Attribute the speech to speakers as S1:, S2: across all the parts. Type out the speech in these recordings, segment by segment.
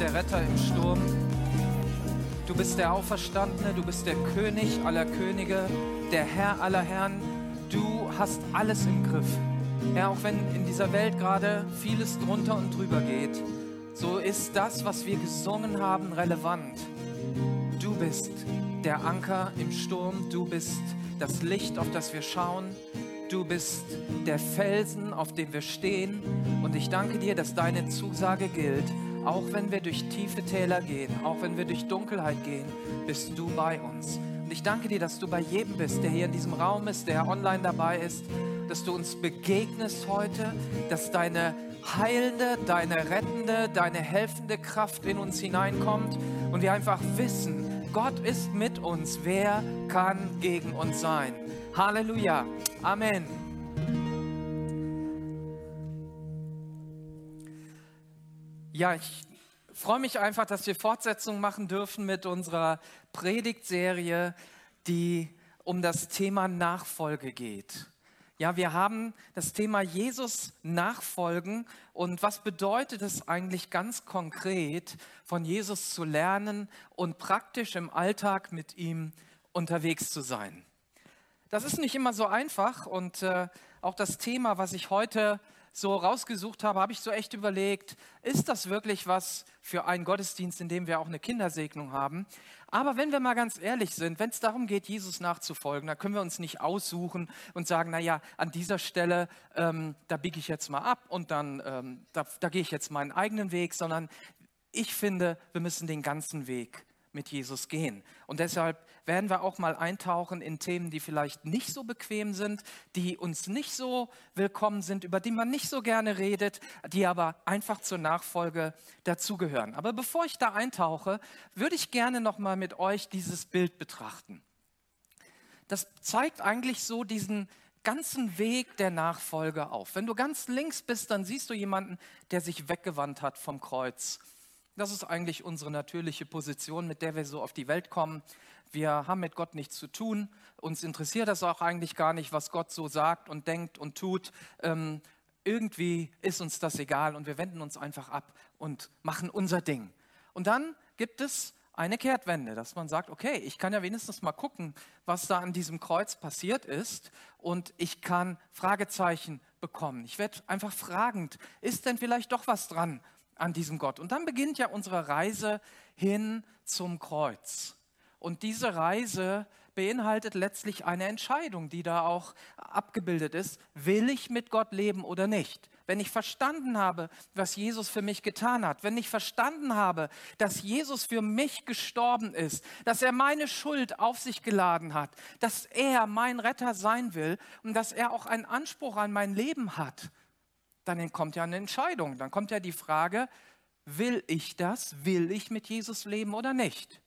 S1: der Retter im Sturm. Du bist der Auferstandene, du bist der König aller Könige, der Herr aller Herren. Du hast alles im Griff. Herr, auch wenn in dieser Welt gerade vieles drunter und drüber geht, so ist das, was wir gesungen haben, relevant. Du bist der Anker im Sturm, du bist das Licht, auf das wir schauen. Du bist der Felsen, auf dem wir stehen. Und ich danke dir, dass deine Zusage gilt. Auch wenn wir durch tiefe Täler gehen, auch wenn wir durch Dunkelheit gehen, bist du bei uns. Und ich danke dir, dass du bei jedem bist, der hier in diesem Raum ist, der online dabei ist, dass du uns begegnest heute, dass deine heilende, deine rettende, deine helfende Kraft in uns hineinkommt und wir einfach wissen, Gott ist mit uns. Wer kann gegen uns sein? Halleluja. Amen. Ja, ich freue mich einfach, dass wir Fortsetzung machen dürfen mit unserer Predigtserie, die um das Thema Nachfolge geht. Ja, wir haben das Thema Jesus nachfolgen und was bedeutet es eigentlich ganz konkret, von Jesus zu lernen und praktisch im Alltag mit ihm unterwegs zu sein. Das ist nicht immer so einfach und auch das Thema, was ich heute so rausgesucht habe, habe ich so echt überlegt, ist das wirklich was für einen Gottesdienst, in dem wir auch eine Kindersegnung haben? Aber wenn wir mal ganz ehrlich sind, wenn es darum geht, Jesus nachzufolgen, dann können wir uns nicht aussuchen und sagen, naja, an dieser Stelle, da biege ich jetzt mal ab und dann da gehe ich jetzt meinen eigenen Weg, sondern ich finde, wir müssen den ganzen Weg mit Jesus gehen. Und deshalb werden wir auch mal eintauchen in Themen, die vielleicht nicht so bequem sind, die uns nicht so willkommen sind, über die man nicht so gerne redet, die aber einfach zur Nachfolge dazugehören. Aber bevor ich da eintauche, würde ich gerne noch mal mit euch dieses Bild betrachten. Das zeigt eigentlich so diesen ganzen Weg der Nachfolge auf. Wenn du ganz links bist, dann siehst du jemanden, der sich weggewandt hat vom Kreuz. Das ist eigentlich unsere natürliche Position, mit der wir so auf die Welt kommen. Wir haben mit Gott nichts zu tun. Uns interessiert das auch eigentlich gar nicht, was Gott so sagt und denkt und tut. Irgendwie ist uns das egal und wir wenden uns einfach ab und machen unser Ding. Und dann gibt es eine Kehrtwende, dass man sagt, okay, ich kann ja wenigstens mal gucken, was da an diesem Kreuz passiert ist und ich kann Fragezeichen bekommen. Ich werde einfach fragend, ist denn vielleicht doch was dran an diesem Gott? Und dann beginnt ja unsere Reise hin zum Kreuz. Und diese Reise beinhaltet letztlich eine Entscheidung, die da auch abgebildet ist. Will ich mit Gott leben oder nicht? Wenn ich verstanden habe, was Jesus für mich getan hat, wenn ich verstanden habe, dass Jesus für mich gestorben ist, dass er meine Schuld auf sich geladen hat, dass er mein Retter sein will und dass er auch einen Anspruch an mein Leben hat, dann kommt ja eine Entscheidung. Dann kommt ja die Frage, will ich das? Will ich mit Jesus leben oder nicht?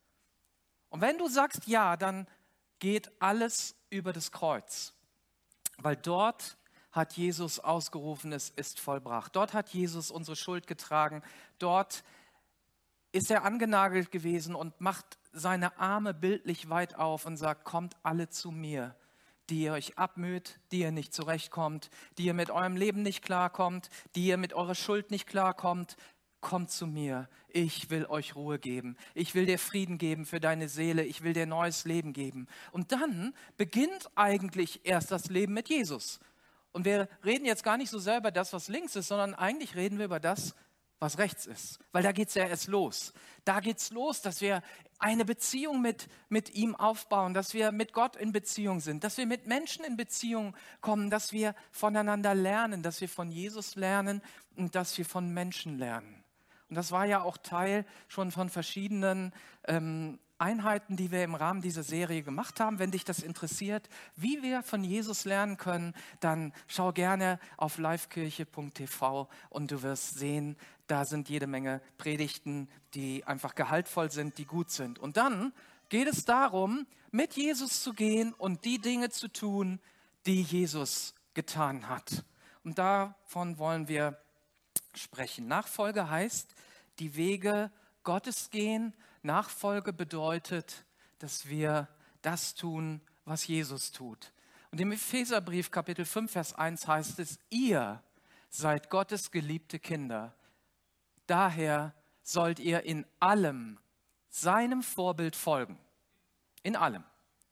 S1: Und wenn du sagst ja, dann geht alles über das Kreuz. Weil dort hat Jesus ausgerufen, es ist vollbracht. Dort hat Jesus unsere Schuld getragen. Dort ist er angenagelt gewesen und macht seine Arme bildlich weit auf und sagt, kommt alle zu mir, die ihr euch abmüht, die ihr nicht zurechtkommt, die ihr mit eurem Leben nicht klarkommt, die ihr mit eurer Schuld nicht klarkommt, kommt zu mir, ich will euch Ruhe geben, ich will dir Frieden geben für deine Seele, ich will dir neues Leben geben. Und dann beginnt eigentlich erst das Leben mit Jesus. Und wir reden jetzt gar nicht so sehr über das, was links ist, sondern eigentlich reden wir über das, was rechts ist. Weil da geht es ja erst los. Da geht es los, dass wir eine Beziehung mit ihm aufbauen, dass wir mit Gott in Beziehung sind, dass wir mit Menschen in Beziehung kommen, dass wir voneinander lernen, dass wir von Jesus lernen und dass wir von Menschen lernen. Und das war ja auch Teil schon von verschiedenen Einheiten, die wir im Rahmen dieser Serie gemacht haben. Wenn dich das interessiert, wie wir von Jesus lernen können, dann schau gerne auf livekirche.tv und du wirst sehen, da sind jede Menge Predigten, die einfach gehaltvoll sind, die gut sind. Und dann geht es darum, mit Jesus zu gehen und die Dinge zu tun, die Jesus getan hat. Und davon wollen wir sprechen. Nachfolge heißt, die Wege Gottes gehen. Nachfolge bedeutet, dass wir das tun, was Jesus tut. Und im Epheserbrief Kapitel 5, Vers 1 heißt es, ihr seid Gottes geliebte Kinder. Daher sollt ihr in allem seinem Vorbild folgen. In allem.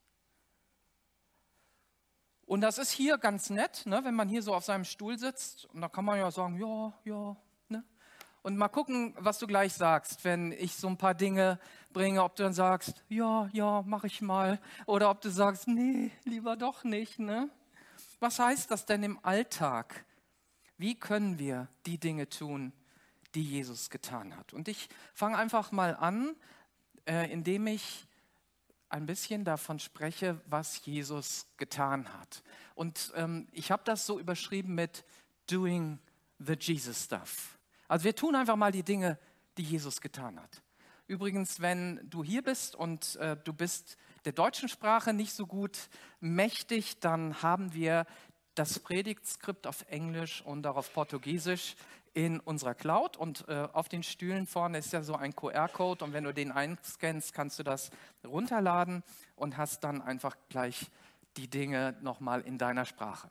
S1: Und das ist hier ganz nett, ne, wenn man hier so auf seinem Stuhl sitzt. Und da kann man ja sagen, ja, ja. Ne? Und mal gucken, was du gleich sagst, wenn ich so ein paar Dinge bringe. Ob du dann sagst, ja, ja, mach ich mal. Oder ob du sagst, nee, lieber doch nicht. Ne? Was heißt das denn im Alltag? Wie können wir die Dinge tun, die Jesus getan hat? Und ich fange einfach mal an, indem ich ein bisschen davon spreche, was Jesus getan hat. Und ich habe das so überschrieben mit Doing the Jesus Stuff. Also wir tun einfach mal die Dinge, die Jesus getan hat. Übrigens, wenn du hier bist und du bist der deutschen Sprache nicht so gut mächtig, dann haben wir das Predigtskript auf Englisch und auch auf Portugiesisch in unserer Cloud. Und auf den Stühlen vorne ist ja so ein QR-Code. Und wenn du den einscannst, kannst du das runterladen und hast dann einfach gleich die Dinge nochmal in deiner Sprache.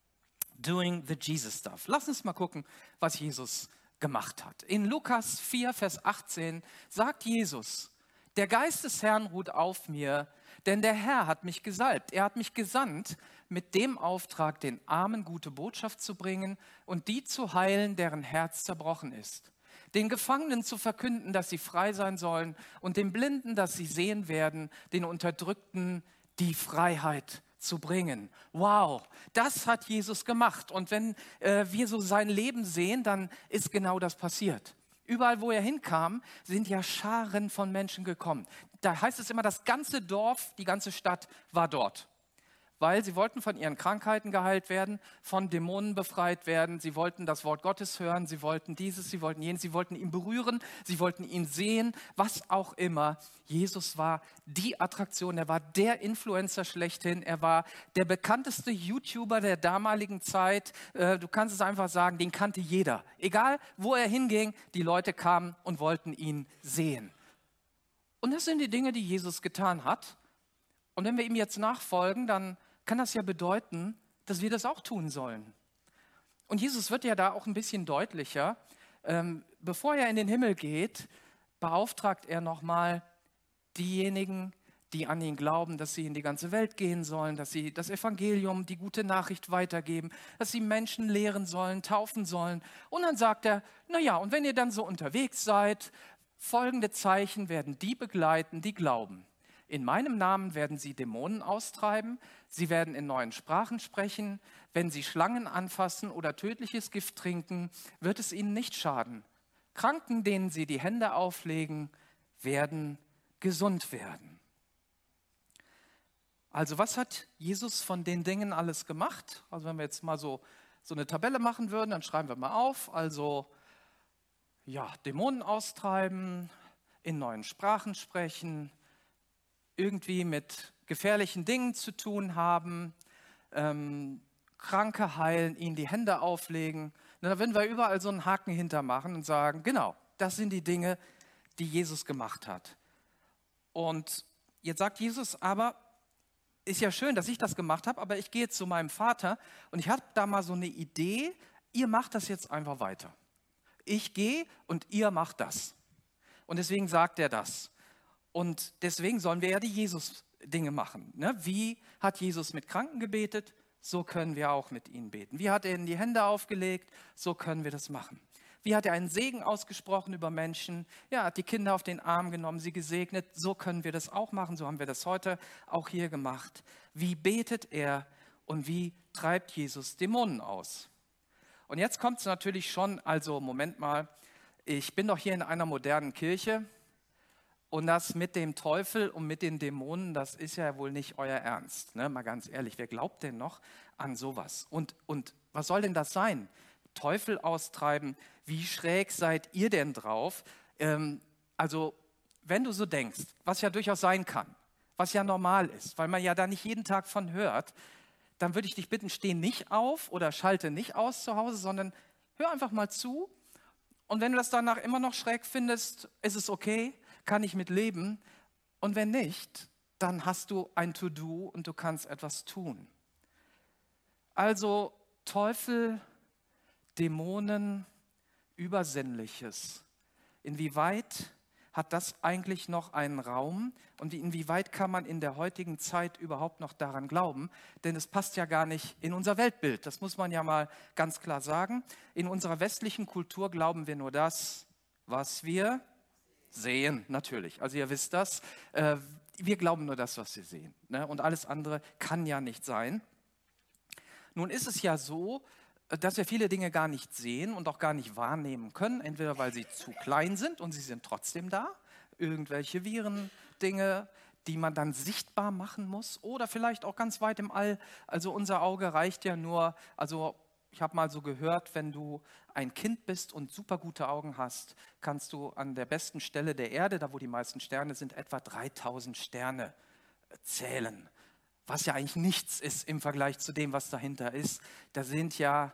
S1: Doing the Jesus Stuff. Lass uns mal gucken, was Jesus gemacht hat. In Lukas 4, Vers 18 sagt Jesus, der Geist des Herrn ruht auf mir, denn der Herr hat mich gesalbt. Er hat mich gesandt mit dem Auftrag, den Armen gute Botschaft zu bringen und die zu heilen, deren Herz zerbrochen ist. Den Gefangenen zu verkünden, dass sie frei sein sollen und den Blinden, dass sie sehen werden, den Unterdrückten die Freiheit zu bringen. Wow, das hat Jesus gemacht. Und wenn wir so sein Leben sehen, dann ist genau das passiert. Überall, wo er hinkam, sind ja Scharen von Menschen gekommen. Da heißt es immer, das ganze Dorf, die ganze Stadt war dort. Weil sie wollten von ihren Krankheiten geheilt werden, von Dämonen befreit werden. Sie wollten das Wort Gottes hören, sie wollten dieses, sie wollten jenes, sie wollten ihn berühren, sie wollten ihn sehen, was auch immer. Jesus war die Attraktion, er war der Influencer schlechthin, er war der bekannteste YouTuber der damaligen Zeit. Du kannst es einfach sagen, den kannte jeder. Egal, wo er hinging, die Leute kamen und wollten ihn sehen. Und das sind die Dinge, die Jesus getan hat. Und wenn wir ihm jetzt nachfolgen, dann kann das ja bedeuten, dass wir das auch tun sollen. Und Jesus wird ja da auch ein bisschen deutlicher. Bevor er in den Himmel geht, beauftragt er nochmal diejenigen, die an ihn glauben, dass sie in die ganze Welt gehen sollen, dass sie das Evangelium, die gute Nachricht weitergeben, dass sie Menschen lehren sollen, taufen sollen. Und dann sagt er, naja, und wenn ihr dann so unterwegs seid, folgende Zeichen werden die begleiten, die glauben. In meinem Namen werden sie Dämonen austreiben, sie werden in neuen Sprachen sprechen, wenn sie Schlangen anfassen oder tödliches Gift trinken, wird es ihnen nicht schaden. Kranken, denen sie die Hände auflegen, werden gesund werden. Also was hat Jesus von den Dingen alles gemacht? Also wenn wir jetzt mal so eine Tabelle machen würden, dann schreiben wir mal auf, also ja, Dämonen austreiben, in neuen Sprachen sprechen, irgendwie mit gefährlichen Dingen zu tun haben, Kranke heilen, ihnen die Hände auflegen. Da würden wir überall so einen Haken hintermachen und sagen, genau, das sind die Dinge, die Jesus gemacht hat. Und jetzt sagt Jesus aber, ist ja schön, dass ich das gemacht habe, aber ich gehe jetzt zu meinem Vater und ich habe da mal so eine Idee, ihr macht das jetzt einfach weiter. Ich gehe und ihr macht das. Und deswegen sagt er das. Und deswegen sollen wir ja die Jesus-Dinge machen. Ne? Wie hat Jesus mit Kranken gebetet? So können wir auch mit ihnen beten. Wie hat er ihnen die Hände aufgelegt? So können wir das machen. Wie hat er einen Segen ausgesprochen über Menschen? Ja, hat die Kinder auf den Arm genommen, sie gesegnet. So können wir das auch machen. So haben wir das heute auch hier gemacht. Wie betet er und wie treibt Jesus Dämonen aus? Und jetzt kommt es natürlich schon, also Moment mal, ich bin doch hier in einer modernen Kirche. Und das mit dem Teufel und mit den Dämonen, das ist ja wohl nicht euer Ernst. Ne? Mal ganz ehrlich, wer glaubt denn noch an sowas? Und was soll denn das sein? Teufel austreiben, wie schräg seid ihr denn drauf? Also, wenn du so denkst, was ja durchaus sein kann, was ja normal ist, weil man ja da nicht jeden Tag von hört, dann würde ich dich bitten, steh nicht auf oder schalte nicht aus zu Hause, sondern hör einfach mal zu. Und wenn du das danach immer noch schräg findest, ist es okay, kann ich mit leben. Und wenn nicht, dann hast du ein To-Do und du kannst etwas tun. Also Teufel, Dämonen, Übersinnliches. Inwieweit hat das eigentlich noch einen Raum und inwieweit kann man in der heutigen Zeit überhaupt noch daran glauben? Denn es passt ja gar nicht in unser Weltbild, das muss man ja mal ganz klar sagen. In unserer westlichen Kultur glauben wir nur das, was wir sehen, natürlich. Also ihr wisst das, wir glauben nur das, was wir sehen, ne? Und alles andere kann ja nicht sein. Nun ist es ja so, dass wir viele Dinge gar nicht sehen und auch gar nicht wahrnehmen können, entweder weil sie zu klein sind und sie sind trotzdem da, irgendwelche Viren, Dinge, die man dann sichtbar machen muss oder vielleicht auch ganz weit im All. Also unser Auge reicht ja nur, also ich habe mal so gehört, wenn du ein Kind bist und super gute Augen hast, kannst du an der besten Stelle der Erde, da wo die meisten Sterne sind, etwa 3000 Sterne zählen. Was ja eigentlich nichts ist im Vergleich zu dem, was dahinter ist. Da sind ja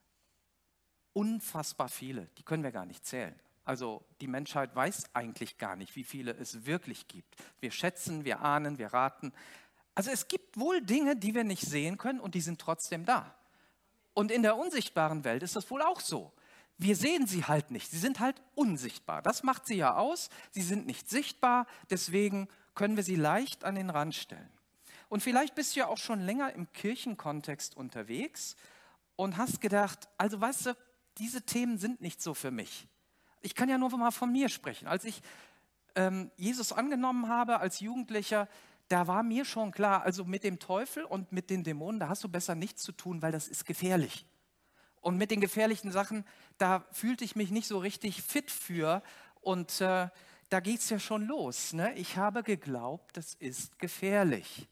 S1: unfassbar viele, die können wir gar nicht zählen. Also die Menschheit weiß eigentlich gar nicht, wie viele es wirklich gibt. Wir schätzen, wir ahnen, wir raten. Also es gibt wohl Dinge, die wir nicht sehen können und die sind trotzdem da. Und in der unsichtbaren Welt ist das wohl auch so. Wir sehen sie halt nicht, sie sind halt unsichtbar. Das macht sie ja aus, sie sind nicht sichtbar, deswegen können wir sie leicht an den Rand stellen. Und vielleicht bist du ja auch schon länger im Kirchenkontext unterwegs und hast gedacht, also weißt du, diese Themen sind nicht so für mich. Ich kann ja nur mal von mir sprechen. Als ich Jesus angenommen habe als Jugendlicher, da war mir schon klar, also mit dem Teufel und mit den Dämonen, da hast du besser nichts zu tun, weil das ist gefährlich. Und mit den gefährlichen Sachen, da fühlte ich mich nicht so richtig fit für. Und da geht es ja schon los. Ne? Ich habe geglaubt, das ist gefährlich.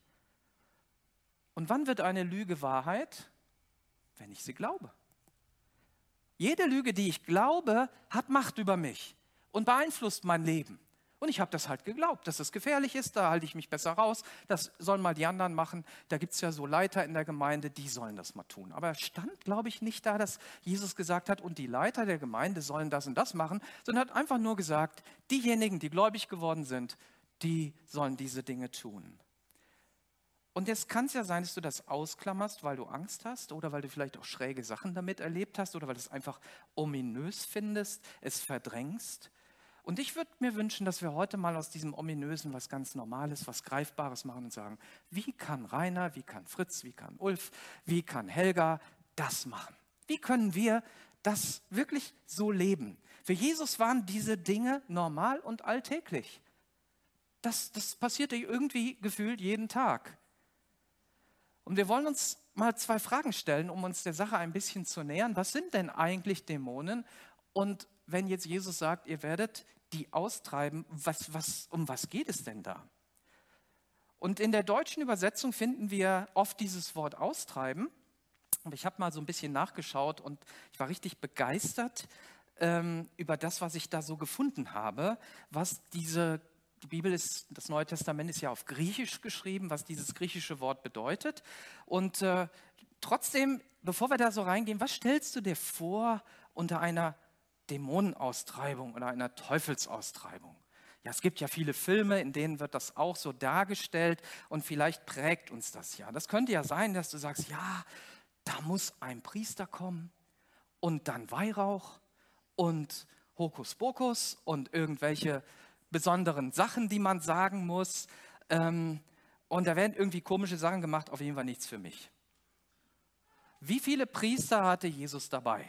S1: Und wann wird eine Lüge Wahrheit? Wenn ich sie glaube. Jede Lüge, die ich glaube, hat Macht über mich und beeinflusst mein Leben. Und ich habe das halt geglaubt, dass es gefährlich ist, da halte ich mich besser raus, das sollen mal die anderen machen. Da gibt es ja so Leiter in der Gemeinde, die sollen das mal tun. Aber es stand, glaube ich, nicht da, dass Jesus gesagt hat, und die Leiter der Gemeinde sollen das und das machen, sondern hat einfach nur gesagt, diejenigen, die gläubig geworden sind, die sollen diese Dinge tun. Und jetzt kann es ja sein, dass du das ausklammerst, weil du Angst hast oder weil du vielleicht auch schräge Sachen damit erlebt hast oder weil du es einfach ominös findest, es verdrängst. Und ich würde mir wünschen, dass wir heute mal aus diesem Ominösen was ganz Normales, was Greifbares machen und sagen, wie kann Rainer, wie kann Fritz, wie kann Ulf, wie kann Helga das machen? Wie können wir das wirklich so leben? Für Jesus waren diese Dinge normal und alltäglich. Das passierte irgendwie gefühlt jeden Tag. Und wir wollen uns mal 2 Fragen stellen, um uns der Sache ein bisschen zu nähern. Was sind denn eigentlich Dämonen? Und wenn jetzt Jesus sagt, ihr werdet die austreiben, um was geht es denn da? Und in der deutschen Übersetzung finden wir oft dieses Wort austreiben. Aber ich habe mal so ein bisschen nachgeschaut und ich war richtig begeistert über das, was ich da so gefunden habe, was die Bibel ist, das Neue Testament ist ja auf Griechisch geschrieben, was dieses griechische Wort bedeutet. Und trotzdem, bevor wir da so reingehen, was stellst du dir vor unter einer Dämonenaustreibung oder einer Teufelsaustreibung? Ja, es gibt ja viele Filme, in denen wird das auch so dargestellt und vielleicht prägt uns das ja. Das könnte ja sein, dass du sagst, ja, da muss ein Priester kommen und dann Weihrauch und Hokuspokus und irgendwelche besonderen Sachen, die man sagen muss. Und da werden irgendwie komische Sachen gemacht, auf jeden Fall nichts für mich. Wie viele Priester hatte Jesus dabei?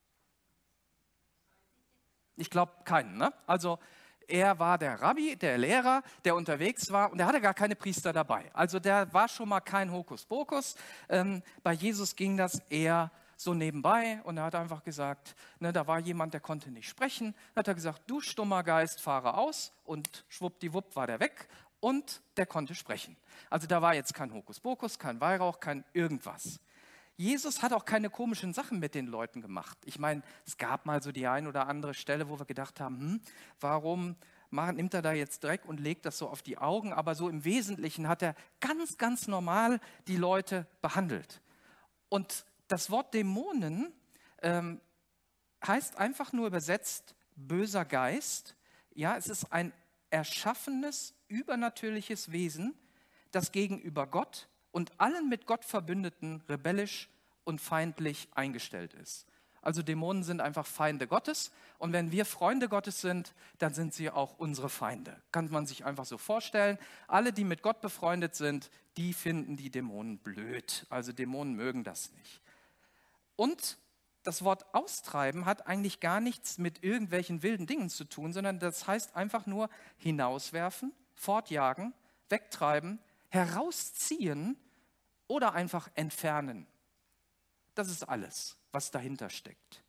S1: Ich glaube keinen, ne? Also er war der Rabbi, der Lehrer, der unterwegs war und er hatte gar keine Priester dabei. Also der war schon mal kein Hokuspokus. Bei Jesus ging das eher so nebenbei und er hat einfach gesagt, ne, da war jemand, der konnte nicht sprechen. Da hat er gesagt, du stummer Geist, fahre aus und schwuppdiwupp war der weg und der konnte sprechen. Also da war jetzt kein Hokuspokus, kein Weihrauch, kein irgendwas. Jesus hat auch keine komischen Sachen mit den Leuten gemacht. Ich meine, es gab mal so die ein oder andere Stelle, wo wir gedacht haben, warum nimmt er da jetzt Dreck und legt das so auf die Augen? Aber so im Wesentlichen hat er ganz, ganz normal die Leute behandelt. Und das Wort Dämonen heißt einfach nur übersetzt böser Geist. Ja, es ist ein erschaffenes, übernatürliches Wesen, das gegenüber Gott und allen mit Gott Verbündeten rebellisch und feindlich eingestellt ist. Also Dämonen sind einfach Feinde Gottes. Und wenn wir Freunde Gottes sind, dann sind sie auch unsere Feinde. Kann man sich einfach so vorstellen. Alle, die mit Gott befreundet sind, die finden die Dämonen blöd. Also Dämonen mögen das nicht. Und das Wort austreiben hat eigentlich gar nichts mit irgendwelchen wilden Dingen zu tun, sondern das heißt einfach nur hinauswerfen, fortjagen, wegtreiben, herausziehen oder einfach entfernen. Das ist alles, was dahinter steckt.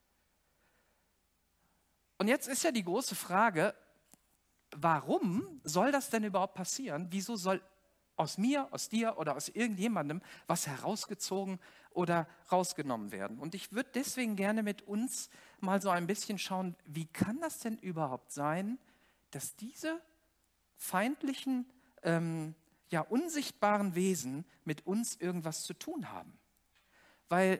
S1: Und jetzt ist ja die große Frage, warum soll das denn überhaupt passieren? Wieso soll aus mir, aus dir oder aus irgendjemandem was herausgezogen oder rausgenommen werden? Und ich würde deswegen gerne mit uns mal so ein bisschen schauen, wie kann das denn überhaupt sein, dass diese feindlichen, unsichtbaren Wesen mit uns irgendwas zu tun haben? Weil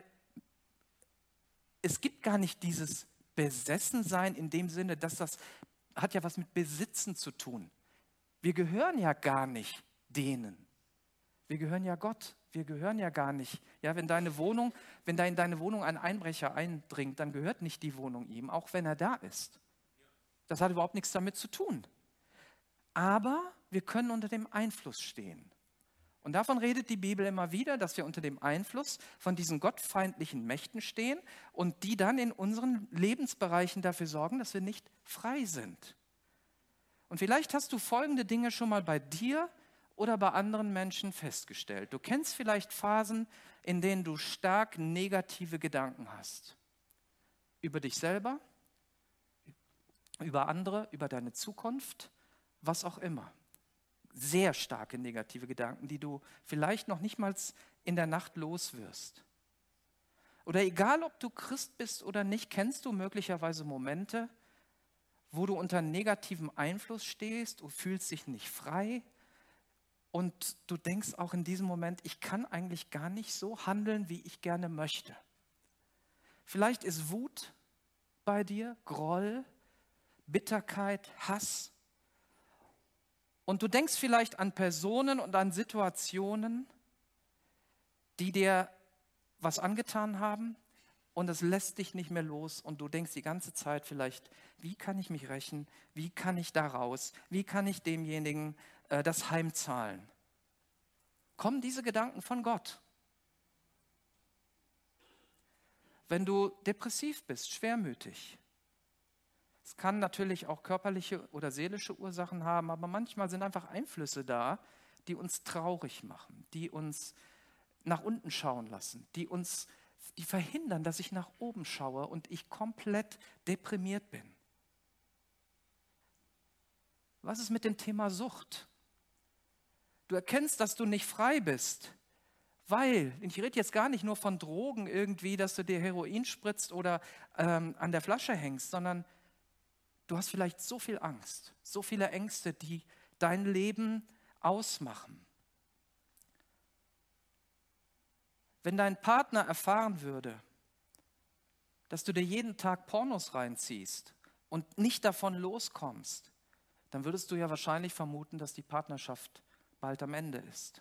S1: es gibt gar nicht dieses Besessensein in dem Sinne, dass das hat ja was mit Besitzen zu tun. Wir gehören ja gar nicht denen. Wir gehören ja Gott. Wir gehören ja gar nicht. Ja, wenn da in deine Wohnung ein Einbrecher eindringt, dann gehört nicht die Wohnung ihm, auch wenn er da ist. Das hat überhaupt nichts damit zu tun. Aber wir können unter dem Einfluss stehen. Und davon redet die Bibel immer wieder, dass wir unter dem Einfluss von diesen gottfeindlichen Mächten stehen und die dann in unseren Lebensbereichen dafür sorgen, dass wir nicht frei sind. Und vielleicht hast du folgende Dinge schon mal bei dir oder bei anderen Menschen festgestellt. Du kennst vielleicht Phasen, in denen du stark negative Gedanken hast. Über dich selber, über andere, über deine Zukunft, was auch immer. Sehr starke negative Gedanken, die du vielleicht noch nicht mal in der Nacht los wirst. Oder egal, ob du Christ bist oder nicht, kennst du möglicherweise Momente, wo du unter negativem Einfluss stehst, du fühlst dich nicht frei und du denkst auch in diesem Moment, ich kann eigentlich gar nicht so handeln, wie ich gerne möchte. Vielleicht ist Wut bei dir, Groll, Bitterkeit, Hass. Und du denkst vielleicht an Personen und an Situationen, die dir was angetan haben und es lässt dich nicht mehr los und du denkst die ganze Zeit vielleicht, wie kann ich mich rächen, wie kann ich da raus, wie kann ich demjenigen das heimzahlen? Kommen diese Gedanken von Gott? Wenn du depressiv bist, schwermütig, es kann natürlich auch körperliche oder seelische Ursachen haben, aber manchmal sind einfach Einflüsse da, die uns traurig machen, die uns nach unten schauen lassen, die verhindern, dass ich nach oben schaue und ich komplett deprimiert bin. Was ist mit dem Thema Sucht? Du erkennst, dass du nicht frei bist, weil, ich rede jetzt gar nicht nur von Drogen irgendwie, dass du dir Heroin spritzt oder an der Flasche hängst, sondern du hast vielleicht so viel Angst, so viele Ängste, die dein Leben ausmachen. Wenn dein Partner erfahren würde, dass du dir jeden Tag Pornos reinziehst und nicht davon loskommst, dann würdest du ja wahrscheinlich vermuten, dass die Partnerschaft bald am Ende ist.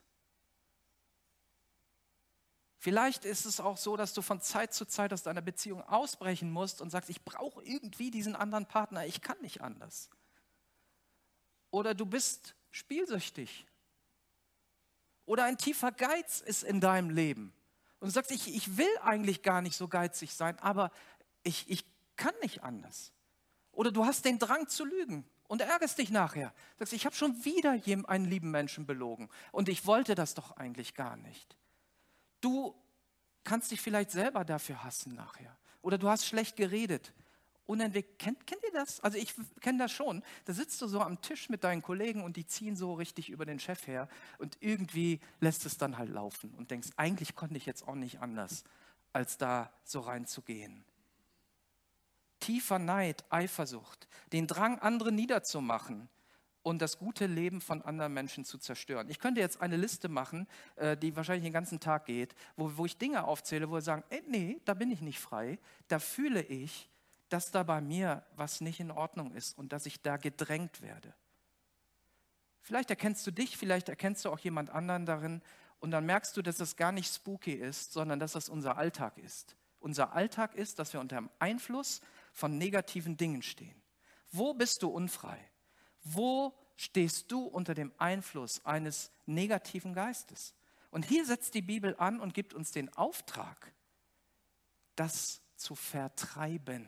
S1: Vielleicht ist es auch so, dass du von Zeit zu Zeit aus deiner Beziehung ausbrechen musst und sagst, ich brauche irgendwie diesen anderen Partner, ich kann nicht anders. Oder du bist spielsüchtig. Oder ein tiefer Geiz ist in deinem Leben. Und du sagst, ich will eigentlich gar nicht so geizig sein, aber ich kann nicht anders. Oder du hast den Drang zu lügen und ärgerst dich nachher. Du sagst, ich habe schon wieder einen lieben Menschen belogen und ich wollte das doch eigentlich gar nicht. Du kannst dich vielleicht selber dafür hassen nachher. Oder du hast schlecht geredet. Kennt ihr das? Also ich kenne das schon. Da sitzt du so am Tisch mit deinen Kollegen und die ziehen so richtig über den Chef her und irgendwie lässt es dann halt laufen und denkst, eigentlich konnte ich jetzt auch nicht anders, als da so reinzugehen. Tiefer Neid, Eifersucht, den Drang, andere niederzumachen und das gute Leben von anderen Menschen zu zerstören. Ich könnte jetzt eine Liste machen, die wahrscheinlich den ganzen Tag geht, wo ich Dinge aufzähle, wo wir sagen, nee, da bin ich nicht frei, da fühle ich, dass da bei mir was nicht in Ordnung ist und dass ich da gedrängt werde. Vielleicht erkennst du dich, vielleicht erkennst du auch jemand anderen darin und dann merkst du, dass das gar nicht spooky ist, sondern dass das unser Alltag ist. unser Alltag ist, dass wir unter dem Einfluss von negativen Dingen stehen. Wo bist du unfrei? Wo stehst du unter dem Einfluss eines negativen Geistes? Und hier setzt die Bibel an und gibt uns den Auftrag, das zu vertreiben.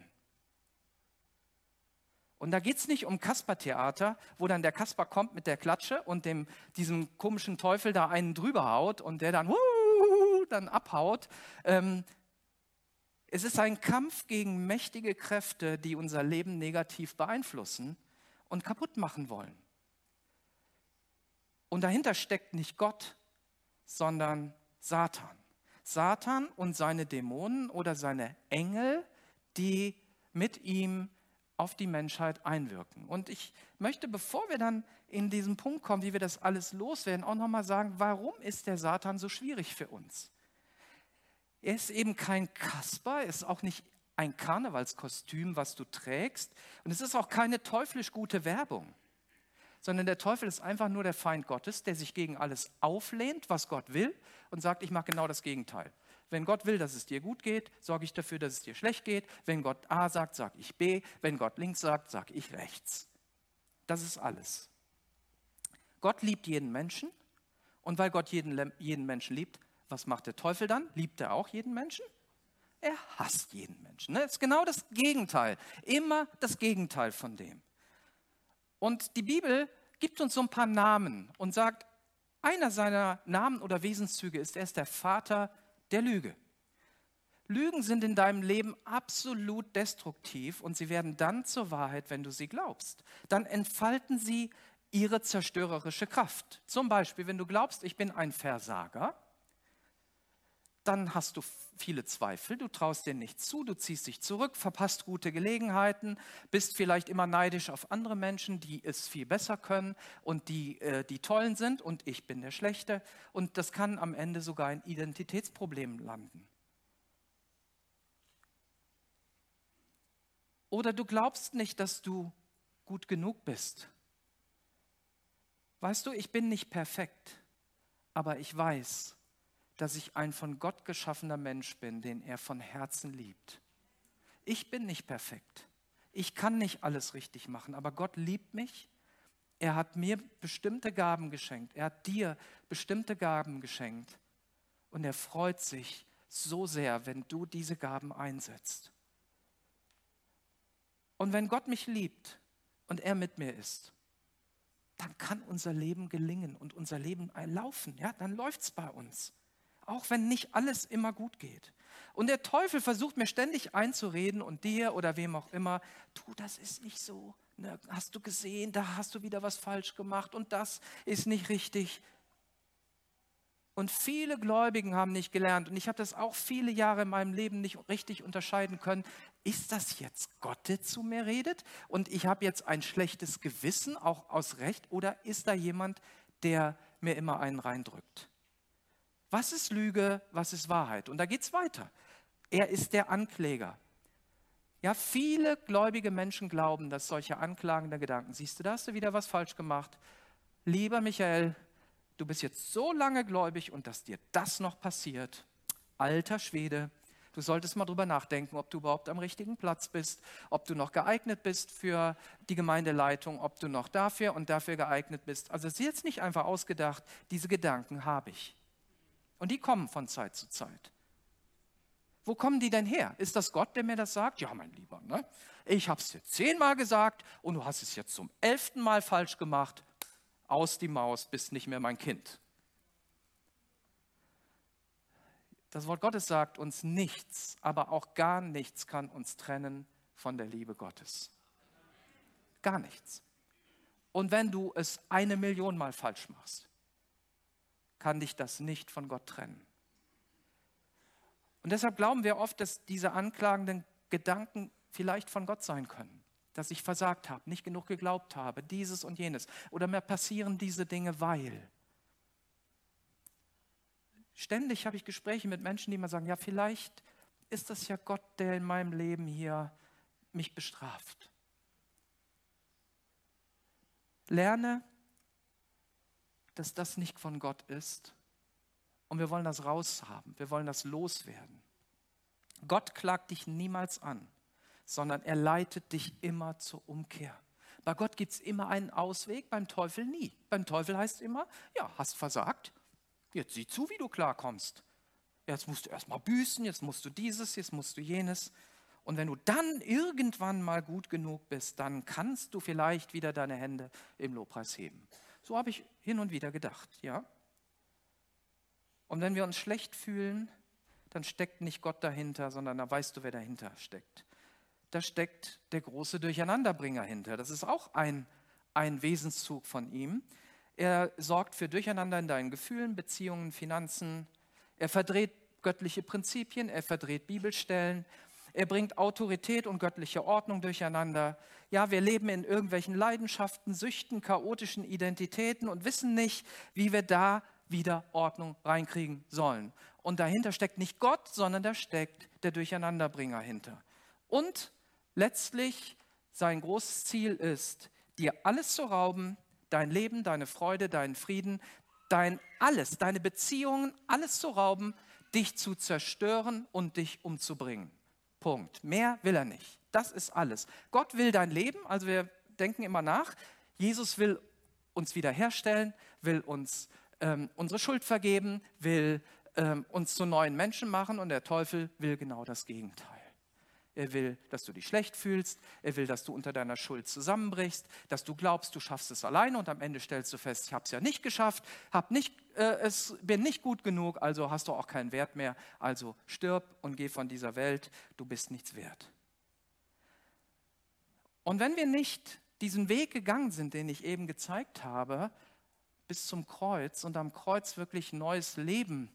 S1: Und da geht es nicht um Kaspertheater, wo dann der Kasper kommt mit der Klatsche und diesem komischen Teufel da einen drüber haut und der dann abhaut. Es ist ein Kampf gegen mächtige Kräfte, die unser Leben negativ beeinflussen und kaputt machen wollen. Und dahinter steckt nicht Gott, sondern Satan. Satan und seine Dämonen oder seine Engel, die mit ihm auf die Menschheit einwirken. Und ich möchte, bevor wir dann in diesen Punkt kommen, wie wir das alles loswerden, auch nochmal sagen, warum ist der Satan so schwierig für uns? Er ist eben kein Kasper, er ist auch nicht ein Karnevalskostüm, was du trägst. Und es ist auch keine teuflisch gute Werbung, sondern der Teufel ist einfach nur der Feind Gottes, der sich gegen alles auflehnt, was Gott will, und sagt, ich mache genau das Gegenteil. Wenn Gott will, dass es dir gut geht, sorge ich dafür, dass es dir schlecht geht. Wenn Gott A sagt, sage ich B. Wenn Gott links sagt, sage ich rechts. Das ist alles. Gott liebt jeden Menschen. Und weil Gott jeden Menschen liebt, was macht der Teufel dann? Liebt er auch jeden Menschen? Er hasst jeden Menschen. Das ist genau das Gegenteil. Immer das Gegenteil von dem. Und die Bibel gibt uns so ein paar Namen und sagt, einer seiner Namen oder Wesenszüge ist, er ist der Vater der Lüge. Lügen sind in deinem Leben absolut destruktiv und sie werden dann zur Wahrheit, wenn du sie glaubst. Dann entfalten sie ihre zerstörerische Kraft. Zum Beispiel, wenn du glaubst, ich bin ein Versager, dann hast du viele Zweifel, du traust dir nichts zu, du ziehst dich zurück, verpasst gute Gelegenheiten, bist vielleicht immer neidisch auf andere Menschen, die es viel besser können und die Tollen sind und ich bin der Schlechte. Und das kann am Ende sogar in Identitätsproblemen landen. Oder du glaubst nicht, dass du gut genug bist. Weißt du, ich bin nicht perfekt, aber ich weiß, dass ich ein von Gott geschaffener Mensch bin, den er von Herzen liebt. Ich bin nicht perfekt. Ich kann nicht alles richtig machen, aber Gott liebt mich. Er hat mir bestimmte Gaben geschenkt. Er hat dir bestimmte Gaben geschenkt. Und er freut sich so sehr, wenn du diese Gaben einsetzt. Und wenn Gott mich liebt und er mit mir ist, dann kann unser Leben gelingen und unser Leben laufen. Ja, dann läuft es bei uns. Auch wenn nicht alles immer gut geht. Und der Teufel versucht mir ständig einzureden und dir oder wem auch immer, du, das ist nicht so. Ne, hast du gesehen, da hast du wieder was falsch gemacht und das ist nicht richtig. Und viele Gläubigen haben nicht gelernt und ich habe das auch viele Jahre in meinem Leben nicht richtig unterscheiden können. Ist das jetzt Gott, der zu mir redet und ich habe jetzt ein schlechtes Gewissen, auch aus Recht, oder ist da jemand, der mir immer einen reindrückt? Was ist Lüge, was ist Wahrheit? Und da geht es weiter. Er ist der Ankläger. Ja, viele gläubige Menschen glauben, dass solche anklagende Gedanken, siehst du, da hast du wieder was falsch gemacht. Lieber Michael, du bist jetzt so lange gläubig und dass dir das noch passiert. Alter Schwede, du solltest mal drüber nachdenken, ob du überhaupt am richtigen Platz bist, ob du noch geeignet bist für die Gemeindeleitung, ob du noch dafür und dafür geeignet bist. Also es ist jetzt nicht einfach ausgedacht, diese Gedanken habe ich. Und die kommen von Zeit zu Zeit. Wo kommen die denn her? Ist das Gott, der mir das sagt? Ja, mein Lieber, ne? Ich habe es dir 10-mal gesagt und du hast es jetzt zum 11. Mal falsch gemacht. Aus die Maus, bist nicht mehr mein Kind. Das Wort Gottes sagt uns nichts, aber auch gar nichts kann uns trennen von der Liebe Gottes. Gar nichts. Und wenn du es 1 Million Mal falsch machst, kann dich das nicht von Gott trennen. Und deshalb glauben wir oft, dass diese anklagenden Gedanken vielleicht von Gott sein können. Dass ich versagt habe, nicht genug geglaubt habe, dieses und jenes. Oder mir passieren diese Dinge, weil. Ständig habe ich Gespräche mit Menschen, die mir sagen, ja, vielleicht ist das ja Gott, der in meinem Leben hier mich bestraft. Lerne, dass das nicht von Gott ist und wir wollen das raushaben, wir wollen das loswerden. Gott klagt dich niemals an, sondern er leitet dich immer zur Umkehr. Bei Gott gibt es immer einen Ausweg, beim Teufel nie. Beim Teufel heißt immer, ja, hast versagt, jetzt sieh zu, wie du klarkommst. Jetzt musst du erstmal büßen, jetzt musst du dieses, jetzt musst du jenes. Und wenn du dann irgendwann mal gut genug bist, dann kannst du vielleicht wieder deine Hände im Lobpreis heben. So habe ich hin und wieder gedacht, ja. Und wenn wir uns schlecht fühlen, dann steckt nicht Gott dahinter, sondern da weißt du, wer dahinter steckt. Da steckt der große Durcheinanderbringer hinter. Das ist auch ein Wesenszug von ihm. Er sorgt für Durcheinander in deinen Gefühlen, Beziehungen, Finanzen. Er verdreht göttliche Prinzipien, er verdreht Bibelstellen. Er bringt Autorität und göttliche Ordnung durcheinander. Ja, wir leben in irgendwelchen Leidenschaften, Süchten, chaotischen Identitäten und wissen nicht, wie wir da wieder Ordnung reinkriegen sollen. Und dahinter steckt nicht Gott, sondern da steckt der Durcheinanderbringer hinter. Und letztlich sein großes Ziel ist, dir alles zu rauben, dein Leben, deine Freude, deinen Frieden, deine Beziehungen, alles zu rauben, dich zu zerstören und dich umzubringen. Punkt. Mehr will er nicht. Das ist alles. Gott will dein Leben, also wir denken immer nach. Jesus will uns wiederherstellen, will uns unsere Schuld vergeben, will uns zu neuen Menschen machen und der Teufel will genau das Gegenteil. Er will, dass du dich schlecht fühlst, er will, dass du unter deiner Schuld zusammenbrichst, dass du glaubst, du schaffst es alleine und am Ende stellst du fest, ich habe es ja nicht geschafft, bin nicht gut genug, also hast du auch keinen Wert mehr, also stirb und geh von dieser Welt, du bist nichts wert. Und wenn wir nicht diesen Weg gegangen sind, den ich eben gezeigt habe, bis zum Kreuz und am Kreuz wirklich neues Leben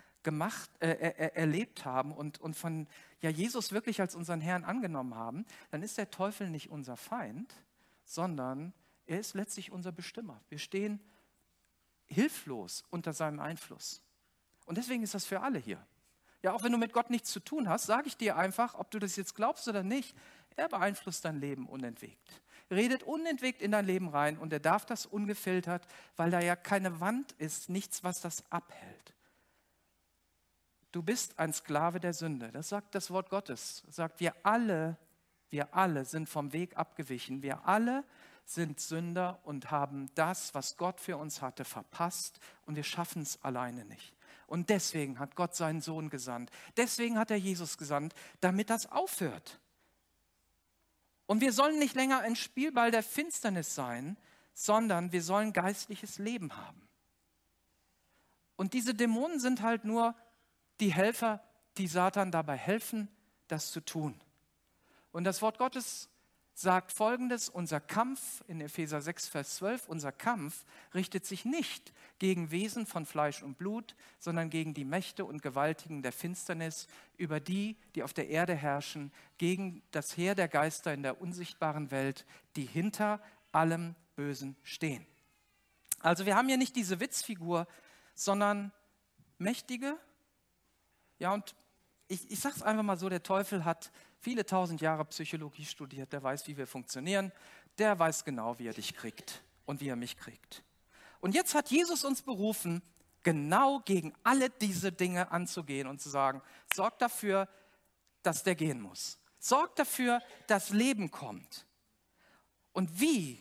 S1: erlebt haben und von Jesus wirklich als unseren Herrn angenommen haben, dann ist der Teufel nicht unser Feind, sondern er ist letztlich unser Bestimmer. Wir stehen hilflos unter seinem Einfluss. Und deswegen ist das für alle hier. Ja, auch wenn du mit Gott nichts zu tun hast, sage ich dir einfach, ob du das jetzt glaubst oder nicht, er beeinflusst dein Leben unentwegt. Redet unentwegt in dein Leben rein und er darf das ungefiltert, weil da ja keine Wand ist, nichts, was das abhält. Du bist ein Sklave der Sünde. Das sagt das Wort Gottes. Das sagt, wir alle sind vom Weg abgewichen. Wir alle sind Sünder und haben das, was Gott für uns hatte, verpasst und wir schaffen es alleine nicht. Und deswegen hat Gott seinen Sohn gesandt. Deswegen hat er Jesus gesandt, damit das aufhört. Und wir sollen nicht länger ein Spielball der Finsternis sein, sondern wir sollen geistliches Leben haben. Und diese Dämonen sind halt nur die Helfer, die Satan dabei helfen, das zu tun. Und das Wort Gottes sagt Folgendes: Unser Kampf, in Epheser 6, Vers 12, unser Kampf richtet sich nicht gegen Wesen von Fleisch und Blut, sondern gegen die Mächte und Gewaltigen der Finsternis, über die auf der Erde herrschen, gegen das Heer der Geister in der unsichtbaren Welt, die hinter allem Bösen stehen. Also wir haben hier nicht diese Witzfigur, sondern mächtige. Ja, und ich sage es einfach mal so, der Teufel hat viele tausend Jahre Psychologie studiert, der weiß, wie wir funktionieren, der weiß genau, wie er dich kriegt und wie er mich kriegt. Und jetzt hat Jesus uns berufen, genau gegen alle diese Dinge anzugehen und zu sagen, sorgt dafür, dass der gehen muss. Sorgt dafür, dass Leben kommt. Und wie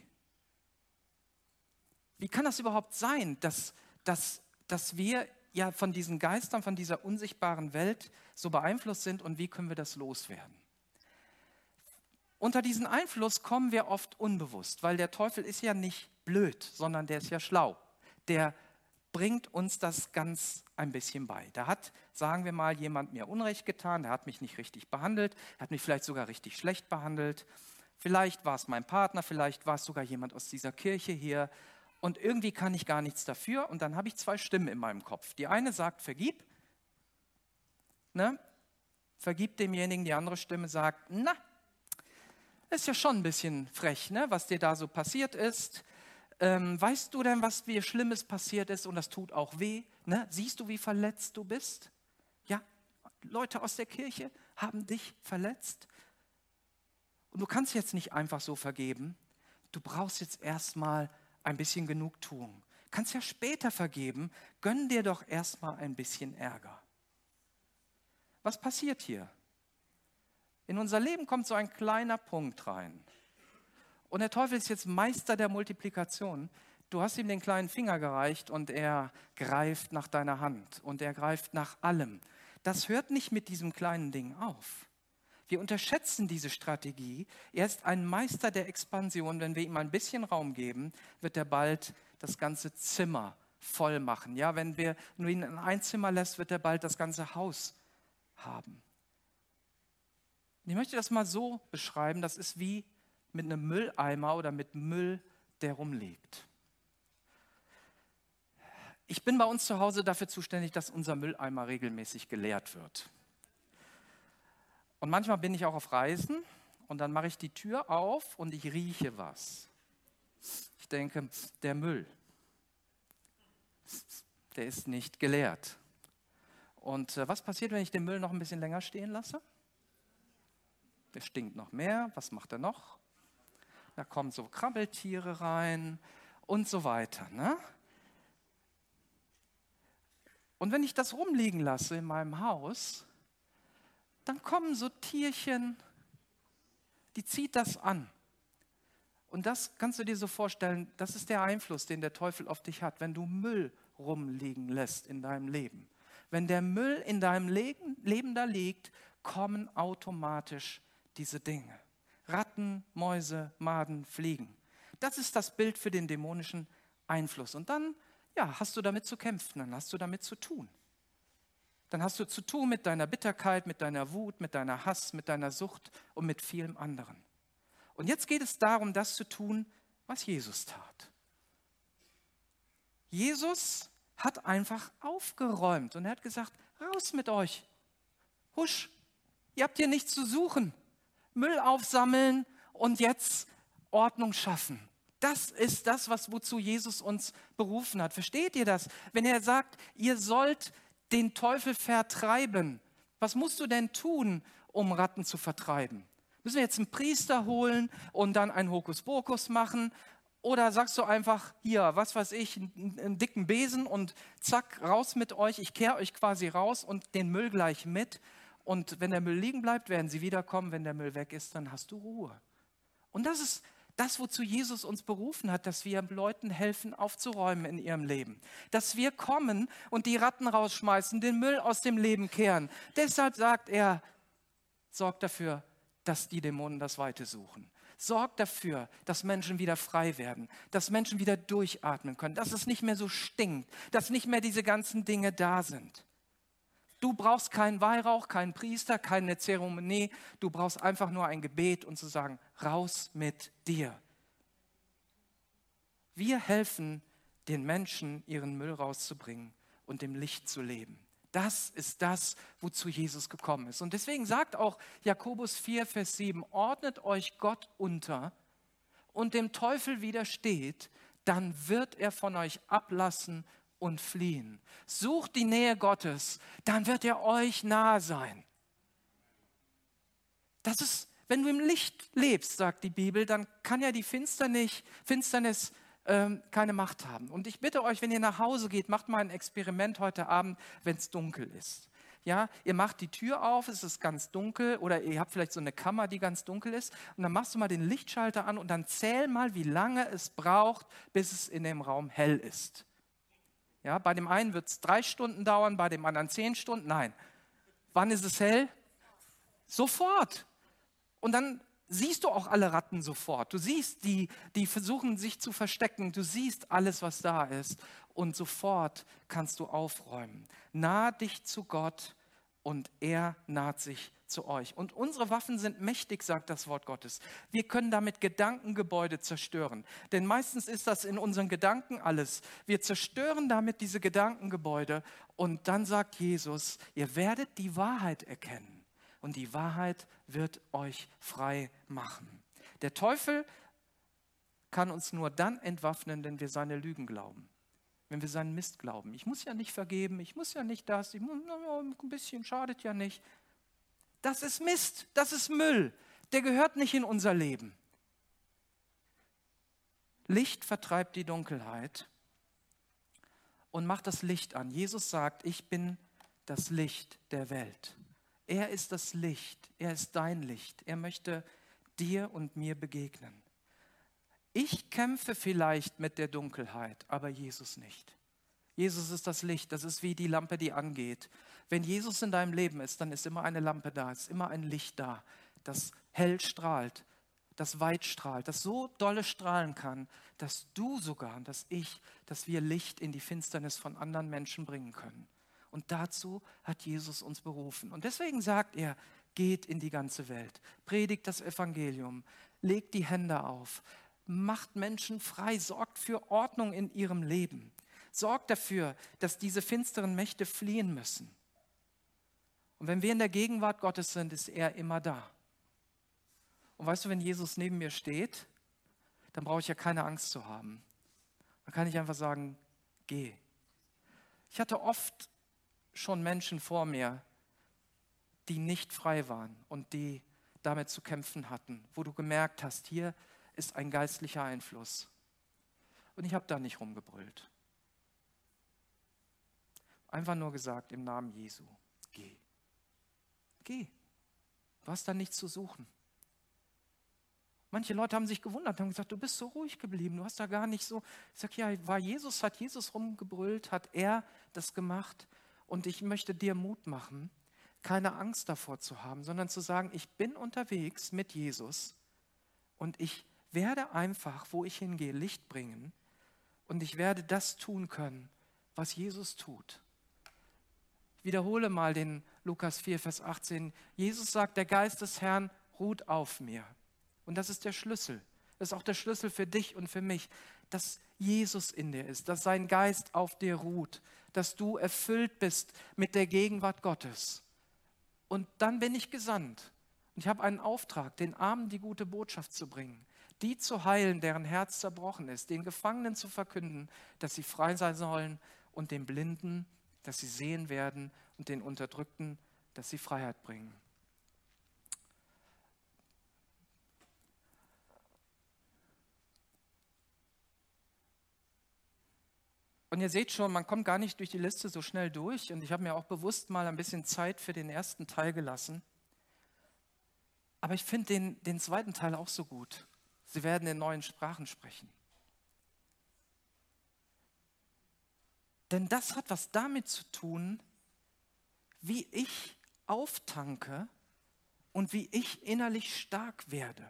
S1: kann das überhaupt sein, dass wir ja von diesen Geistern, von dieser unsichtbaren Welt so beeinflusst sind und wie können wir das loswerden? Unter diesen Einfluss kommen wir oft unbewusst, weil der Teufel ist ja nicht blöd, sondern der ist ja schlau. Der bringt uns das ganz ein bisschen bei. Da hat, sagen wir mal, jemand mir Unrecht getan, der hat mich nicht richtig behandelt, hat mich vielleicht sogar richtig schlecht behandelt. Vielleicht war es mein Partner, vielleicht war es sogar jemand aus dieser Kirche hier. Und irgendwie kann ich gar nichts dafür und dann habe ich zwei Stimmen in meinem Kopf. Die eine sagt, vergib, ne? Vergib demjenigen, die andere Stimme sagt, na, ist ja schon ein bisschen frech, ne? Was dir da so passiert ist. Weißt du denn, was dir Schlimmes passiert ist und das tut auch weh? Ne? Siehst du, wie verletzt du bist? Ja, Leute aus der Kirche haben dich verletzt. Und du kannst jetzt nicht einfach so vergeben. Du brauchst jetzt erstmal ein bisschen Genugtuung. Kannst ja später vergeben, gönn dir doch erstmal ein bisschen Ärger. Was passiert hier? In unser Leben kommt so ein kleiner Punkt rein. Und der Teufel ist jetzt Meister der Multiplikation. Du hast ihm den kleinen Finger gereicht und er greift nach deiner Hand und er greift nach allem. Das hört nicht mit diesem kleinen Ding auf. Wir unterschätzen diese Strategie. Er ist ein Meister der Expansion. Wenn wir ihm ein bisschen Raum geben, wird er bald das ganze Zimmer voll machen. Ja, wenn wir nur ihn in ein Zimmer lässt, wird er bald das ganze Haus haben. Ich möchte das mal so beschreiben, das ist wie mit einem Mülleimer oder mit Müll, der rumliegt. Ich bin bei uns zu Hause dafür zuständig, dass unser Mülleimer regelmäßig geleert wird. Und manchmal bin ich auch auf Reisen und dann mache ich die Tür auf und ich rieche was. Ich denke, der Müll, der ist nicht geleert. Und was passiert, wenn ich den Müll noch ein bisschen länger stehen lasse? Der stinkt noch mehr. Was macht er noch? Da kommen so Krabbeltiere rein und so weiter. Ne? Und wenn ich das rumliegen lasse in meinem Haus, dann kommen so Tierchen, die zieht das an. Und das kannst du dir so vorstellen, das ist der Einfluss, den der Teufel auf dich hat, wenn du Müll rumliegen lässt in deinem Leben. Wenn der Müll in deinem Leben da liegt, kommen automatisch diese Dinge. Ratten, Mäuse, Maden, Fliegen. Das ist das Bild für den dämonischen Einfluss. Und dann hast du damit zu kämpfen, dann hast du damit zu tun. Dann hast du zu tun mit deiner Bitterkeit, mit deiner Wut, mit deiner Hass, mit deiner Sucht und mit vielem anderen. Und jetzt geht es darum, das zu tun, was Jesus tat. Jesus hat einfach aufgeräumt und er hat gesagt, raus mit euch. Husch, ihr habt hier nichts zu suchen. Müll aufsammeln und jetzt Ordnung schaffen. Das ist das, wozu Jesus uns berufen hat. Versteht ihr das? Wenn er sagt, ihr sollt den Teufel vertreiben, was musst du denn tun, um Ratten zu vertreiben? Müssen wir jetzt einen Priester holen und dann einen Hokuspokus machen? Oder sagst du einfach, hier, was weiß ich, einen dicken Besen und zack, raus mit euch, ich kehre euch quasi raus und den Müll gleich mit. Und wenn der Müll liegen bleibt, werden sie wiederkommen. Wenn der Müll weg ist, dann hast du Ruhe. Und das ist das, wozu Jesus uns berufen hat, dass wir Leuten helfen, aufzuräumen in ihrem Leben. Dass wir kommen und die Ratten rausschmeißen, den Müll aus dem Leben kehren. Deshalb sagt er, sorgt dafür, dass die Dämonen das Weite suchen. Sorgt dafür, dass Menschen wieder frei werden, dass Menschen wieder durchatmen können, dass es nicht mehr so stinkt, dass nicht mehr diese ganzen Dinge da sind. Du brauchst keinen Weihrauch, keinen Priester, keine Zeremonie. Du brauchst einfach nur ein Gebet und zu sagen, raus mit dir. Wir helfen den Menschen, ihren Müll rauszubringen und im Licht zu leben. Das ist das, wozu Jesus gekommen ist. Und deswegen sagt auch Jakobus 4, Vers 7, ordnet euch Gott unter und dem Teufel widersteht, dann wird er von euch ablassen und fliehen. Sucht die Nähe Gottes, dann wird er euch nahe sein. Das ist, wenn du im Licht lebst, sagt die Bibel, dann kann ja die Finsternis keine Macht haben. Und ich bitte euch, wenn ihr nach Hause geht, macht mal ein Experiment heute Abend, wenn es dunkel ist. Ja, ihr macht die Tür auf, es ist ganz dunkel oder ihr habt vielleicht so eine Kammer, die ganz dunkel ist und dann machst du mal den Lichtschalter an und dann zähl mal, wie lange es braucht, bis es in dem Raum hell ist. Ja, bei dem einen wird es 3 Stunden dauern, bei dem anderen 10 Stunden. Nein. Wann ist es hell? Sofort. Und dann siehst du auch alle Ratten sofort. Du siehst die versuchen sich zu verstecken. Du siehst alles, was da ist. Und sofort kannst du aufräumen. Nah dich zu Gott und er naht sich zu euch. Und unsere Waffen sind mächtig, sagt das Wort Gottes. Wir können damit Gedankengebäude zerstören. Denn meistens ist das in unseren Gedanken alles. Wir zerstören damit diese Gedankengebäude. Und dann sagt Jesus, ihr werdet die Wahrheit erkennen. Und die Wahrheit wird euch frei machen. Der Teufel kann uns nur dann entwaffnen, wenn wir seine Lügen glauben. Wenn wir seinen Mist glauben. Ich muss ja nicht vergeben, ich muss ja nicht das, ein bisschen schadet ja nicht. Das ist Mist, das ist Müll. Der gehört nicht in unser Leben. Licht vertreibt die Dunkelheit und macht das Licht an. Jesus sagt, ich bin das Licht der Welt. Er ist das Licht, er ist dein Licht. Er möchte dir und mir begegnen. Ich kämpfe vielleicht mit der Dunkelheit, aber Jesus nicht. Jesus ist das Licht, das ist wie die Lampe, die angeht. Wenn Jesus in deinem Leben ist, dann ist immer eine Lampe da, ist immer ein Licht da, das hell strahlt, das weit strahlt, das so dolle strahlen kann, dass du sogar und dass ich, dass wir Licht in die Finsternis von anderen Menschen bringen können. Und dazu hat Jesus uns berufen. Und deswegen sagt er, geht in die ganze Welt, predigt das Evangelium, legt die Hände auf, macht Menschen frei, sorgt für Ordnung in ihrem Leben. Sorgt dafür, dass diese finsteren Mächte fliehen müssen. Und wenn wir in der Gegenwart Gottes sind, ist er immer da. Und weißt du, wenn Jesus neben mir steht, dann brauche ich ja keine Angst zu haben. Dann kann ich einfach sagen, geh. Ich hatte oft schon Menschen vor mir, die nicht frei waren und die damit zu kämpfen hatten, wo du gemerkt hast, hier ist ein geistlicher Einfluss. Und ich habe da nicht rumgebrüllt. Einfach nur gesagt, im Namen Jesu, geh. Geh. Du hast da nichts zu suchen. Manche Leute haben sich gewundert, haben gesagt, du bist so ruhig geblieben, du hast da gar nicht so. Ich sage, ja, hat Jesus rumgebrüllt, hat er das gemacht? Und ich möchte dir Mut machen, keine Angst davor zu haben, sondern zu sagen, ich bin unterwegs mit Jesus und ich werde einfach, wo ich hingehe, Licht bringen und ich werde das tun können, was Jesus tut. Ich wiederhole mal den Lukas 4, Vers 18. Jesus sagt, der Geist des Herrn ruht auf mir. Und das ist der Schlüssel. Das ist auch der Schlüssel für dich und für mich, dass Jesus in dir ist, dass sein Geist auf dir ruht, dass du erfüllt bist mit der Gegenwart Gottes. Und dann bin ich gesandt. Und ich habe einen Auftrag, den Armen die gute Botschaft zu bringen, die zu heilen, deren Herz zerbrochen ist, den Gefangenen zu verkünden, dass sie frei sein sollen und den Blinden, dass sie sehen werden und den Unterdrückten, dass sie Freiheit bringen. Und ihr seht schon, man kommt gar nicht durch die Liste so schnell durch. Und ich habe mir auch bewusst mal ein bisschen Zeit für den ersten Teil gelassen. Aber ich finde den zweiten Teil auch so gut. Sie werden in neuen Sprachen sprechen. Denn das hat was damit zu tun, wie ich auftanke und wie ich innerlich stark werde.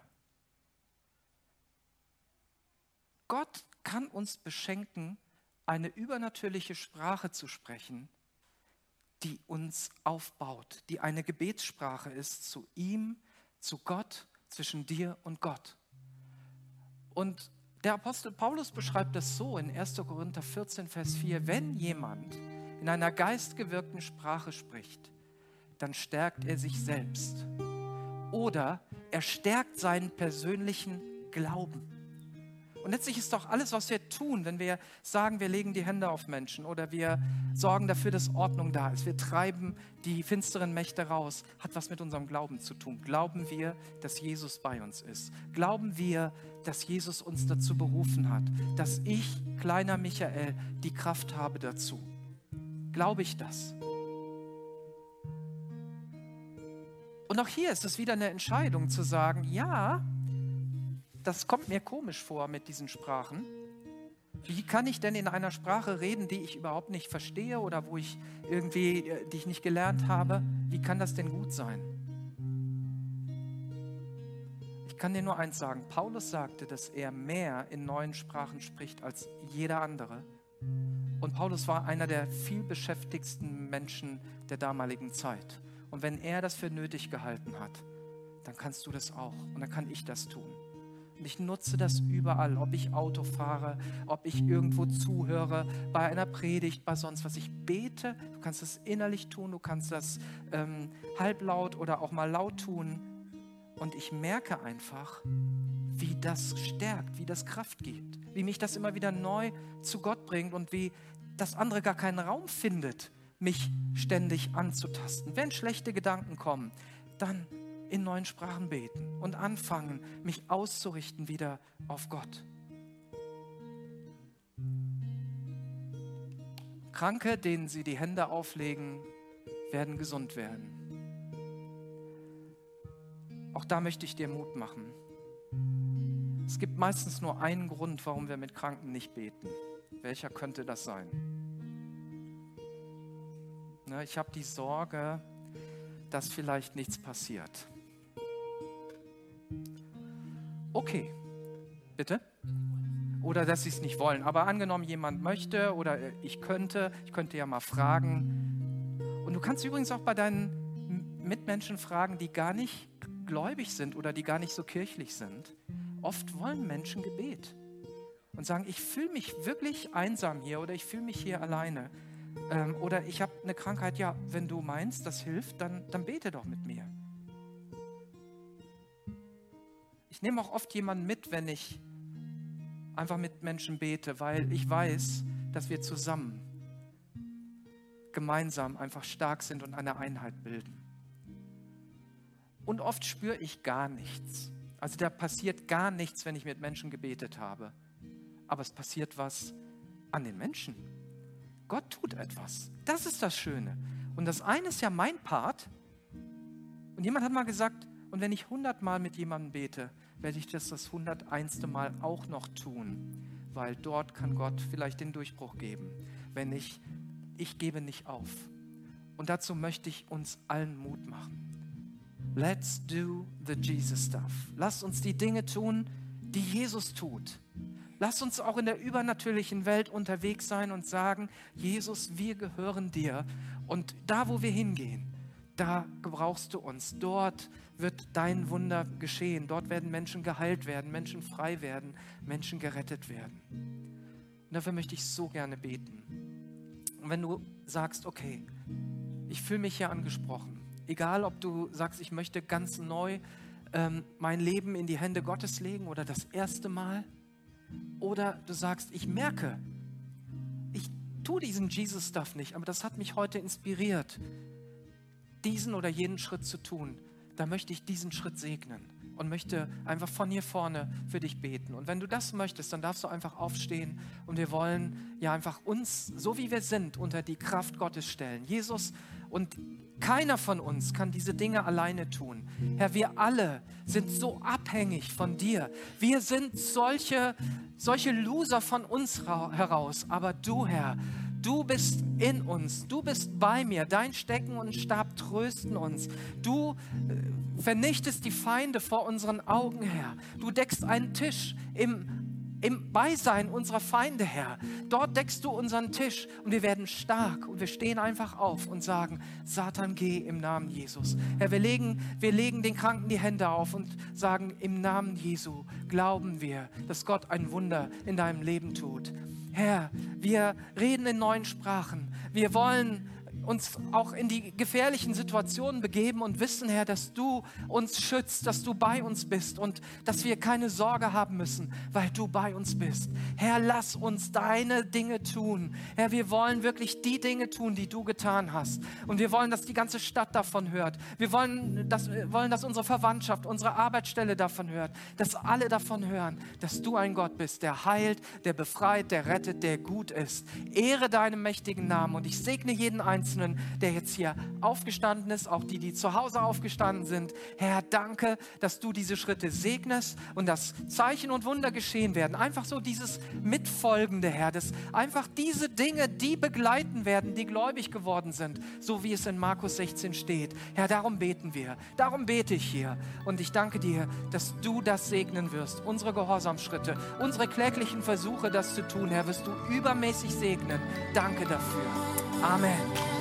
S1: Gott kann uns beschenken, eine übernatürliche Sprache zu sprechen, die uns aufbaut, die eine Gebetssprache ist zu ihm, zu Gott, zwischen dir und Gott. Und der Apostel Paulus beschreibt das so in 1. Korinther 14, Vers 4, wenn jemand in einer geistgewirkten Sprache spricht, dann stärkt er sich selbst. Oder er stärkt seinen persönlichen Glauben. Und letztlich ist doch alles, was wir tun, wenn wir sagen, wir legen die Hände auf Menschen oder wir sorgen dafür, dass Ordnung da ist, wir treiben die finsteren Mächte raus, hat was mit unserem Glauben zu tun. Glauben wir, dass Jesus bei uns ist? Glauben wir, dass Jesus uns dazu berufen hat, dass ich, kleiner Michael, die Kraft habe dazu? Glaube ich das? Und auch hier ist es wieder eine Entscheidung zu sagen, ja, das kommt mir komisch vor mit diesen Sprachen. Wie kann ich denn in einer Sprache reden, die ich überhaupt nicht verstehe oder wo ich irgendwie, die ich nicht gelernt habe? Wie kann das denn gut sein? Ich kann dir nur eins sagen. Paulus sagte, dass er mehr in neuen Sprachen spricht als jeder andere. Und Paulus war einer der vielbeschäftigsten Menschen der damaligen Zeit. Und wenn er das für nötig gehalten hat, dann kannst du das auch und dann kann ich das tun. Und ich nutze das überall, ob ich Auto fahre, ob ich irgendwo zuhöre, bei einer Predigt, bei sonst was. Ich bete, du kannst das innerlich tun, du kannst das halblaut oder auch mal laut tun. Und ich merke einfach, wie das stärkt, wie das Kraft gibt, wie mich das immer wieder neu zu Gott bringt und wie das andere gar keinen Raum findet, mich ständig anzutasten. Wenn schlechte Gedanken kommen, dann in neuen Sprachen beten und anfangen, mich auszurichten wieder auf Gott. Kranke, denen sie die Hände auflegen, werden gesund werden. auch da möchte ich dir Mut machen. Es gibt meistens nur einen Grund, warum wir mit Kranken nicht beten. Welcher könnte das sein? Ich habe die Sorge, dass vielleicht nichts passiert. Okay, bitte? Oder dass sie es nicht wollen. Aber angenommen, jemand möchte oder ich könnte ja mal fragen. Und du kannst übrigens auch bei deinen Mitmenschen fragen, die gar nicht gläubig sind oder die gar nicht so kirchlich sind. Oft wollen Menschen Gebet und sagen, ich fühle mich wirklich einsam hier oder ich fühle mich hier alleine. Oder ich habe eine Krankheit. Ja, wenn du meinst, das hilft, dann bete doch mit mir. Ich nehme auch oft jemanden mit, wenn ich einfach mit Menschen bete, weil ich weiß, dass wir zusammen, gemeinsam einfach stark sind und eine Einheit bilden. Und oft spüre ich gar nichts. Also da passiert gar nichts, wenn ich mit Menschen gebetet habe. Aber es passiert was an den Menschen. Gott tut etwas. Das ist das Schöne. Und das eine ist ja mein Part. Und jemand hat mal gesagt, und wenn ich 100 Mal mit jemandem bete, werde ich das 101. Mal auch noch tun. Weil dort kann Gott vielleicht den Durchbruch geben. Wenn ich gebe nicht auf. Und dazu möchte ich uns allen Mut machen. Let's do the Jesus stuff. Lass uns die Dinge tun, die Jesus tut. Lass uns auch in der übernatürlichen Welt unterwegs sein und sagen, Jesus, wir gehören dir. Und da, wo wir hingehen, da gebrauchst du uns. Dort wird dein Wunder geschehen. Dort werden Menschen geheilt werden, Menschen frei werden, Menschen gerettet werden. Und dafür möchte ich so gerne beten. Und wenn du sagst, okay, ich fühle mich hier angesprochen, egal ob du sagst, ich möchte ganz neu mein Leben in die Hände Gottes legen oder das erste Mal, oder du sagst, ich merke, ich tue diesen Jesus-Stuff nicht, aber das hat mich heute inspiriert, diesen oder jenen Schritt zu tun. Da möchte ich diesen Schritt segnen und möchte einfach von hier vorne für dich beten. Und wenn du das möchtest, dann darfst du einfach aufstehen und wir wollen ja einfach uns, so wie wir sind, unter die Kraft Gottes stellen. Jesus, und keiner von uns kann diese Dinge alleine tun. Herr, wir alle sind so abhängig von dir. Wir sind solche Loser von uns heraus. Aber du, Herr, du bist in uns, du bist bei mir, dein Stecken und Stab trösten uns. Du vernichtest die Feinde vor unseren Augen, Herr. Du deckst einen Tisch im Beisein unserer Feinde, Herr. Dort deckst du unseren Tisch und wir werden stark und wir stehen einfach auf und sagen, Satan, geh im Namen Jesus. Herr, wir legen den Kranken die Hände auf und sagen, im Namen Jesu glauben wir, dass Gott ein Wunder in deinem Leben tut. Herr, wir reden in neuen Sprachen. Wir wollen uns auch in die gefährlichen Situationen begeben und wissen, Herr, dass du uns schützt, dass du bei uns bist und dass wir keine Sorge haben müssen, weil du bei uns bist. Herr, lass uns deine Dinge tun. Herr, wir wollen wirklich die Dinge tun, die du getan hast. Und wir wollen, dass die ganze Stadt davon hört. Wir wollen, dass unsere Verwandtschaft, unsere Arbeitsstelle davon hört, dass alle davon hören, dass du ein Gott bist, der heilt, der befreit, der rettet, der gut ist. Ehre deinem mächtigen Namen und ich segne jeden Einzelnen, der jetzt hier aufgestanden ist, auch die zu Hause aufgestanden sind. Herr, danke, dass du diese Schritte segnest und dass Zeichen und Wunder geschehen werden. Einfach so dieses Mitfolgende, Herr, dass einfach diese Dinge, die begleiten werden, die gläubig geworden sind, so wie es in Markus 16 steht. Herr, darum beten wir, darum bete ich hier und ich danke dir, dass du das segnen wirst, unsere Gehorsamsschritte, unsere kläglichen Versuche, das zu tun, Herr, wirst du übermäßig segnen. Danke dafür. Amen.